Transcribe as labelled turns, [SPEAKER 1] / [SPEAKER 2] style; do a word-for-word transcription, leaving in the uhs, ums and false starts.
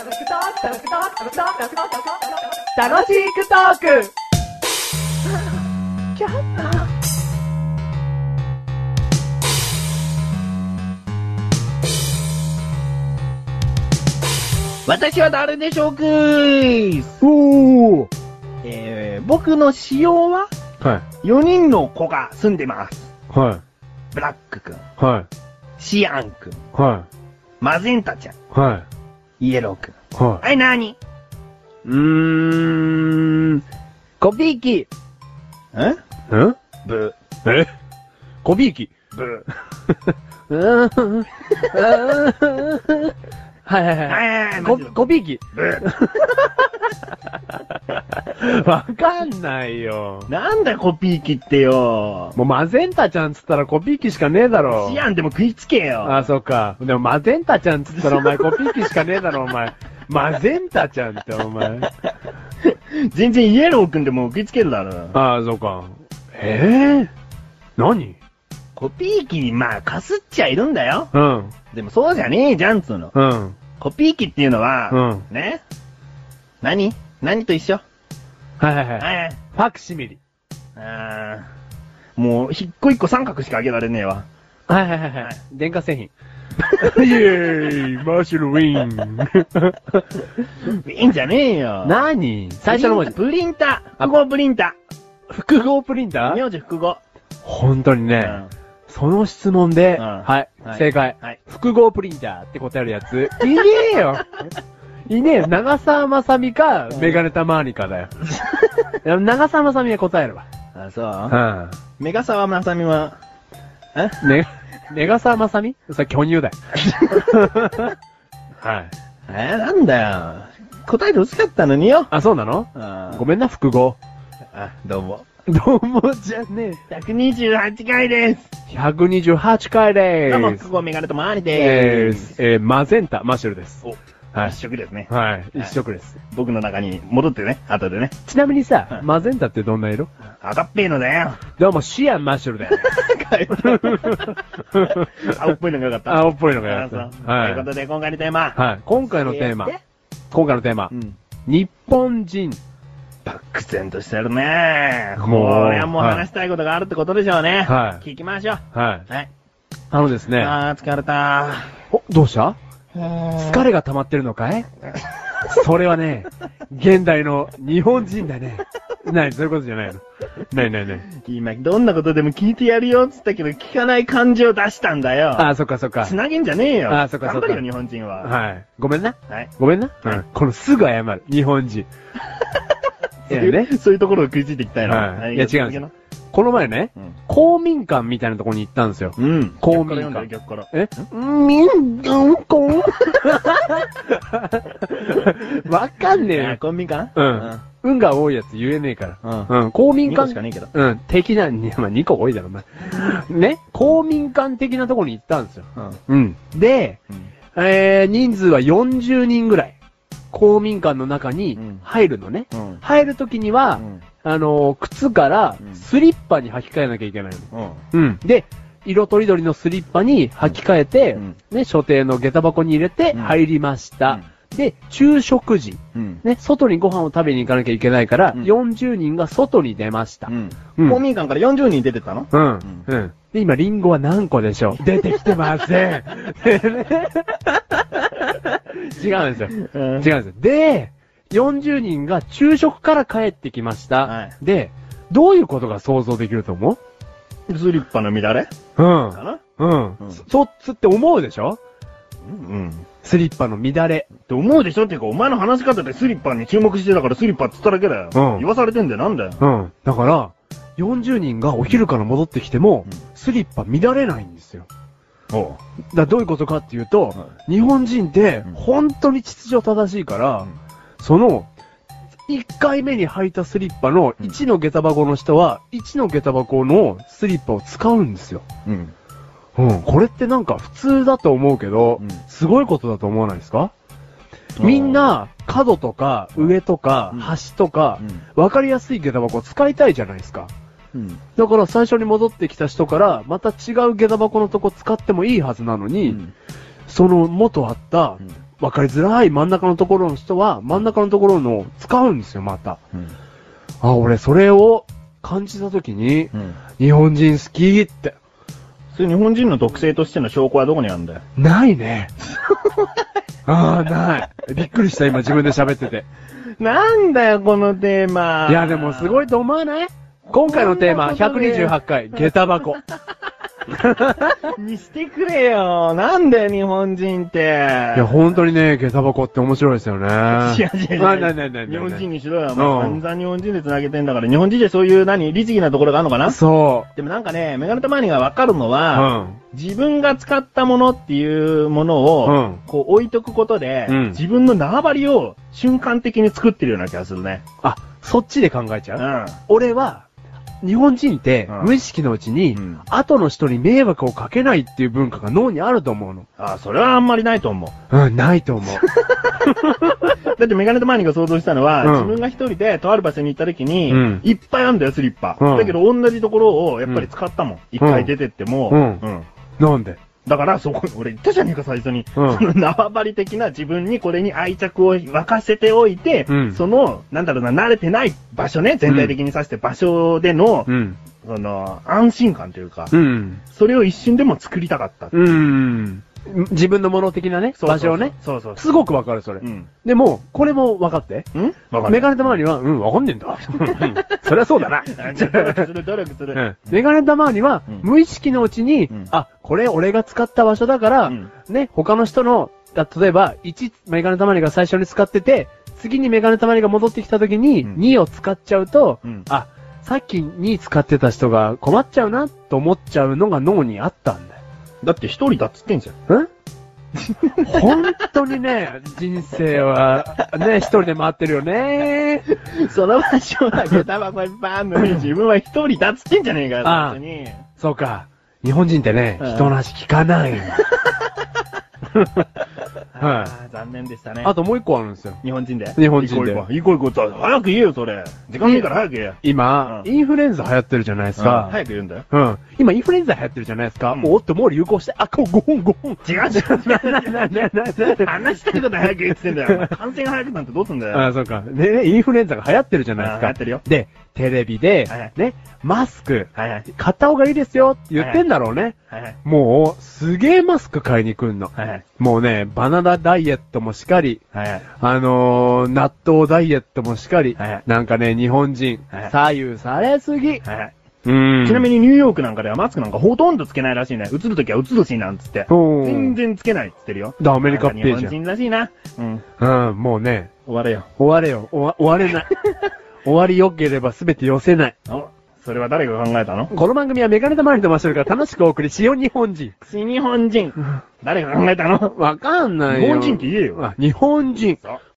[SPEAKER 1] 楽しくトーク私は誰でしょうか
[SPEAKER 2] おー
[SPEAKER 1] えー、僕の仕様は
[SPEAKER 2] は
[SPEAKER 1] よにんの子が住んでます。
[SPEAKER 2] い。は
[SPEAKER 1] ブラックくん、
[SPEAKER 2] い。は
[SPEAKER 1] シアンくん、
[SPEAKER 2] い。は
[SPEAKER 1] マゼンタちゃん、
[SPEAKER 2] い。は
[SPEAKER 1] イエローくん。
[SPEAKER 2] い。は
[SPEAKER 1] はい、なに
[SPEAKER 2] うーん。コピー機。
[SPEAKER 1] え
[SPEAKER 2] ん
[SPEAKER 1] ブ、
[SPEAKER 2] えコピー機。
[SPEAKER 1] ブ。
[SPEAKER 2] うーん。はいはい
[SPEAKER 1] は
[SPEAKER 2] はいい。
[SPEAKER 1] コ
[SPEAKER 2] ココピー機。
[SPEAKER 1] ブ。
[SPEAKER 2] わかんないよ。
[SPEAKER 1] なんだよコピー機ってよ。
[SPEAKER 2] もうマゼンタちゃんつったらコピー機しかねえだろ。
[SPEAKER 1] シアンでも食いつけよ。
[SPEAKER 2] あ、そっか。でもマゼンタちゃんつったらお前コピー機しかねえだろ、お前。マゼンタちゃんってお前。
[SPEAKER 1] 全然イエローくんでも食いつけるだろ。
[SPEAKER 2] ああ、そうか。ええー、何
[SPEAKER 1] コピー機にまあかすっちゃいるんだよ。
[SPEAKER 2] うん。
[SPEAKER 1] でもそうじゃねえじゃんつうの。
[SPEAKER 2] うん。
[SPEAKER 1] コピー機っていうのは、
[SPEAKER 2] うん
[SPEAKER 1] ね何何と一緒
[SPEAKER 2] はいはいはい。
[SPEAKER 1] はい。
[SPEAKER 2] ファクシミリ。
[SPEAKER 1] あーもう、一個一個三角しかあげられねえわ。
[SPEAKER 2] はいはいはいは
[SPEAKER 1] はい
[SPEAKER 2] い。電化製品。イェーイマーシュルウィン。
[SPEAKER 1] いいんじゃねえよ。
[SPEAKER 2] 何最初の文字。
[SPEAKER 1] プリンター。複合プリンタ
[SPEAKER 2] 複合プリンタ
[SPEAKER 1] ー。
[SPEAKER 2] ー
[SPEAKER 1] 名字複合。
[SPEAKER 2] 本当にね、
[SPEAKER 1] うん
[SPEAKER 2] その質問で、
[SPEAKER 1] うん
[SPEAKER 2] はい、
[SPEAKER 1] はい
[SPEAKER 2] 正解、
[SPEAKER 1] はい
[SPEAKER 2] 複合プリンターって答えるやつ、いねえよいねえよ。長澤まさみか、メガネタマーニかだよ。いや長澤まさみは答えるわ。
[SPEAKER 1] あ、そう
[SPEAKER 2] うん。
[SPEAKER 1] メガサワマサミは、え
[SPEAKER 2] ね、メガサーまさみそれ巨乳だよ。はい。
[SPEAKER 1] えー、なんだよ。答えて薄かったのによ。
[SPEAKER 2] あ、そうなの
[SPEAKER 1] あ
[SPEAKER 2] ごめんな、複合。
[SPEAKER 1] あ、どうも。
[SPEAKER 2] どうもじゃね
[SPEAKER 1] ひゃくにじゅうはちかいです。
[SPEAKER 2] え。ひゃくにじゅうはちかいで
[SPEAKER 1] どうも、
[SPEAKER 2] ーす。
[SPEAKER 1] 複合メガネとマーニ
[SPEAKER 2] えー
[SPEAKER 1] でーす。
[SPEAKER 2] す。えー、マゼンタ、マッシュルです。
[SPEAKER 1] お、
[SPEAKER 2] はい
[SPEAKER 1] 一色ですね。
[SPEAKER 2] はい。一色です。
[SPEAKER 1] 僕の中に戻ってね、後でね。
[SPEAKER 2] ちなみにさ、
[SPEAKER 1] はい
[SPEAKER 2] マゼンタってどんな色
[SPEAKER 1] 赤っぺいのだよ。
[SPEAKER 2] どうも、シアンマッシュルだよ。
[SPEAKER 1] 青っぽいのがよかった。
[SPEAKER 2] 青っぽいのがよかった
[SPEAKER 1] あそう
[SPEAKER 2] はい
[SPEAKER 1] ということで、今回のテーマ。
[SPEAKER 2] はい。今回のテーマ
[SPEAKER 1] え。
[SPEAKER 2] 今回のテーマ
[SPEAKER 1] う。ん。
[SPEAKER 2] 日本人。
[SPEAKER 1] 漠然としてるね。
[SPEAKER 2] もう
[SPEAKER 1] これはもう話したいことがあるってことでしょうね。
[SPEAKER 2] はい
[SPEAKER 1] 聞きましょう。
[SPEAKER 2] はい。
[SPEAKER 1] はい。
[SPEAKER 2] あのですね。
[SPEAKER 1] あー、疲れた
[SPEAKER 2] お、どうした
[SPEAKER 1] ー。
[SPEAKER 2] 疲れが溜まってるのかいそれはね、現代の日本人だね。なに、そういうことじゃないの。なになになに。
[SPEAKER 1] 今、どんなことでも聞いてやるよっつったけど、聞かない感情出したんだよ。
[SPEAKER 2] あ、そっかそっか。
[SPEAKER 1] つなげんじゃねえよ。
[SPEAKER 2] あそっかそっか
[SPEAKER 1] 頑張るよ、日本人は。
[SPEAKER 2] はい。ごめんな。
[SPEAKER 1] はい。
[SPEAKER 2] ごめんな。
[SPEAKER 1] はい
[SPEAKER 2] うん。このすぐ謝る。日本人。いやね。
[SPEAKER 1] そういうところを食いついていきたいの。
[SPEAKER 2] はいいや違うんですよ
[SPEAKER 1] よ。
[SPEAKER 2] この前ね、
[SPEAKER 1] うん。
[SPEAKER 2] 公民館みたいなところに行ったんですよ。
[SPEAKER 1] うん。
[SPEAKER 2] 公民館
[SPEAKER 1] 逆から
[SPEAKER 2] え
[SPEAKER 1] 読んで逆から。
[SPEAKER 2] 民館わかんねえ
[SPEAKER 1] あ
[SPEAKER 2] よ。
[SPEAKER 1] コンビニか
[SPEAKER 2] うん。運が多いやつ言えねえから。
[SPEAKER 1] うん。
[SPEAKER 2] うん。公民
[SPEAKER 1] にこ
[SPEAKER 2] 館
[SPEAKER 1] しかねえけど。
[SPEAKER 2] うん。的な、にまあ、にこ多いだろ、お前。ね公民館的なところに行ったんですよ。
[SPEAKER 1] うん。
[SPEAKER 2] うん。で、えー、人数はよんじゅうにんぐらい。公民館の中に
[SPEAKER 1] うん
[SPEAKER 2] 入るのね。
[SPEAKER 1] うん。
[SPEAKER 2] 入るときには、
[SPEAKER 1] うん。
[SPEAKER 2] あのー靴から
[SPEAKER 1] うん
[SPEAKER 2] スリッパに履き替えなきゃいけないの。
[SPEAKER 1] うん。
[SPEAKER 2] うん。で、色とりどりのスリッパに履き替えて、
[SPEAKER 1] うん
[SPEAKER 2] ね、所定の下駄箱に入れて
[SPEAKER 1] うん
[SPEAKER 2] 入りました。で、昼食時、
[SPEAKER 1] うん。
[SPEAKER 2] ね、外にご飯を食べに行かなきゃいけないから、
[SPEAKER 1] うん
[SPEAKER 2] よんじゅうにんが外に出ました。
[SPEAKER 1] うん。
[SPEAKER 2] うん
[SPEAKER 1] 公民館からよんじゅうにん出てったの
[SPEAKER 2] うん。
[SPEAKER 1] うん
[SPEAKER 2] うん。で、今、リンゴは何個でしょう出てきてません。違うんですよ。
[SPEAKER 1] うん
[SPEAKER 2] 違うんですよ。で、よんじゅうにんが昼食から帰ってきました。
[SPEAKER 1] はい
[SPEAKER 2] で、どういうことが想像できると思
[SPEAKER 1] スリッパの乱れ
[SPEAKER 2] ううん。
[SPEAKER 1] かな
[SPEAKER 2] うん。
[SPEAKER 1] うん
[SPEAKER 2] そ、そつって思うでしょ
[SPEAKER 1] うん。
[SPEAKER 2] スリッパの乱れ。
[SPEAKER 1] って思うでしょっていうか、お前の話し方でスリッパに注目してたからスリッパって言っただけだよ。
[SPEAKER 2] うん
[SPEAKER 1] 言わされてんだよ、なんだよ。
[SPEAKER 2] うん。だから、よんじゅうにんがお昼から戻ってきても、
[SPEAKER 1] うん
[SPEAKER 2] スリッパ乱れないんですよ。
[SPEAKER 1] おう。
[SPEAKER 2] だからどういうことかっていうと、
[SPEAKER 1] は
[SPEAKER 2] 日本人って
[SPEAKER 1] うん
[SPEAKER 2] 本当に秩序正しいから、
[SPEAKER 1] うん
[SPEAKER 2] その、いっかいめに履いたスリッパのいちの下駄箱の人は、いちの下駄箱のスリッパを使うんですよ。
[SPEAKER 1] うん。
[SPEAKER 2] うん。これってなんか普通だと思うけど、
[SPEAKER 1] うん
[SPEAKER 2] すごいことだと思わないですか？みんな、角とか、上とか
[SPEAKER 1] うん、
[SPEAKER 2] 端とか
[SPEAKER 1] う、ん。
[SPEAKER 2] わかりやすい下駄箱を使いたいじゃないですか。
[SPEAKER 1] うん。
[SPEAKER 2] だから最初に戻ってきた人から、また違う下駄箱のとこ使ってもいいはずなのに、その元あったわかりづらい真ん中のところの人は、真ん中のところの使うんですよ、また。
[SPEAKER 1] うん。
[SPEAKER 2] あ、俺それを感じたときに、
[SPEAKER 1] うん。
[SPEAKER 2] 日本人好きって。
[SPEAKER 1] それ日本人の特性としての証拠はどこにあるんだよ。
[SPEAKER 2] ないね。ああ、ない。びっくりした、今自分で喋ってて。
[SPEAKER 1] なんだよ、このテーマ。
[SPEAKER 2] いや、でもすごいと思わない？今回のテーマ、ひゃくにじゅうはちかい、下駄箱。
[SPEAKER 1] にしてくれよ。なんだよ、日本人って。
[SPEAKER 2] いや、本当にね、下駄箱って面白いですよね。
[SPEAKER 1] いやいやいや。
[SPEAKER 2] なななな
[SPEAKER 1] 日本人にしろよ。もう散々日本人で繋げてんだから、日本人でそういう何、律儀なところがあるのかな？
[SPEAKER 2] そ
[SPEAKER 1] う。でもなんかね、メガネたまにがわかるのは、
[SPEAKER 2] うん、
[SPEAKER 1] 自分が使ったものっていうものを、うん、こう置いとくことで、うん、自分の縄張りを瞬間的に作ってるような気がするね。
[SPEAKER 2] あ、そっちで考えちゃう？
[SPEAKER 1] うん。
[SPEAKER 2] 俺は、日本人って無意識のうちに、うん、後の人に迷惑をかけないっていう文化が脳にあると思うの。
[SPEAKER 1] ああ、それはあんまりないと思
[SPEAKER 2] う。うん、ないと思う。
[SPEAKER 1] だってメガネとマーニが想像したのは、うん、自分が一人でとある場所に行った時に、うん、いっぱいあるんだよ、スリッパ。うん、だけど同じところをやっぱり使ったもん。一、うん、回出てっても、
[SPEAKER 2] うん。うん。なんで？
[SPEAKER 1] だから、そこ、俺言ったじゃねえか、最初に。うん、その縄張り的な自分にこれに愛着を沸かせておいて、うん、その、なんだろうな、慣れてない場所ね、全体的に指して場所での、うん、その、安心感というか、うん、それを一瞬でも作りたかったっていう。
[SPEAKER 2] うん自分のもの的なね、そうそうそう場所をね。そうそうそう。すごくわかる、それ。うん、でも、これもわかって。
[SPEAKER 1] んわかる。
[SPEAKER 2] メガネたまわりは、うん、わかんねえんだ。そりゃそうだな。
[SPEAKER 1] 努力する、努力する。うん、
[SPEAKER 2] メガネたまわりは、うん、無意識のうちに、うん、あ、これ俺が使った場所だから、うん、ね、他の人の、例えば、いち、メガネたまわりが最初に使ってて、次にメガネたまわりが戻ってきた時に、うん、にを使っちゃうと、うん、あ、さっきに使ってた人が困っちゃうな、と思っちゃうのが脳にあったんだよ。
[SPEAKER 1] だって一人だっつってんじゃん。
[SPEAKER 2] ん本当にね、人生は、ね、一人で回ってるよね。
[SPEAKER 1] その場所は下駄箱いっぱいあるのに、自分は一人だっつってんじゃねえかよ、
[SPEAKER 2] ああに。そうか。日本人ってね、人の話聞かない。
[SPEAKER 1] はい。残念でしたね。
[SPEAKER 2] あともう一個あるんですよ。
[SPEAKER 1] 日本人で。
[SPEAKER 2] 日本人で。
[SPEAKER 1] 行こう行こう。早く言えよ、それ。時間ねえから早く言えよ。
[SPEAKER 2] 今、インフルエンザ流行ってるじゃないですか。
[SPEAKER 1] 早く言うんだよ。
[SPEAKER 2] うん。今、インフルエンザ流行ってるじゃないですか。おっと、もう流行して、あ、こう、ごほんごほん。違う違う。な、な、な、な、
[SPEAKER 1] 話したいこと早く言ってんだよ。感染が早くなんてどうすんだよ。
[SPEAKER 2] あ、そうか。ね、インフルエンザが流行ってるじゃないですか。
[SPEAKER 1] 流行ってるよ。
[SPEAKER 2] で、テレビで、ね、マスク、買った方がいいですよって言ってんだろうね。もう、すげえマスク買いに来んの。もうね、バナナダイエットもしかり、あのー、納豆ダイエットもしかり、なんかね、日本人、左右されすぎ。
[SPEAKER 1] ちなみにニューヨークなんかではマスクなんかほとんどつけないらしいね。映るときは映るしなんつって。全然つけないっつってるよ。
[SPEAKER 2] だ、アメリカっぺーじゃん。
[SPEAKER 1] 日本人らしいな。
[SPEAKER 2] うん。うん、もうね。
[SPEAKER 1] 終われよ。
[SPEAKER 2] 終われよ。終わ、終われない。終わり良ければすべて寄せない。
[SPEAKER 1] お、それは誰が考えたの？
[SPEAKER 2] この番組はメガネたまわりとマッシュルが楽しくお送り、新日本人。
[SPEAKER 1] 新日本人。誰が考えたの？
[SPEAKER 2] わかんないよ。
[SPEAKER 1] 日本人って言えよ。
[SPEAKER 2] 日本人。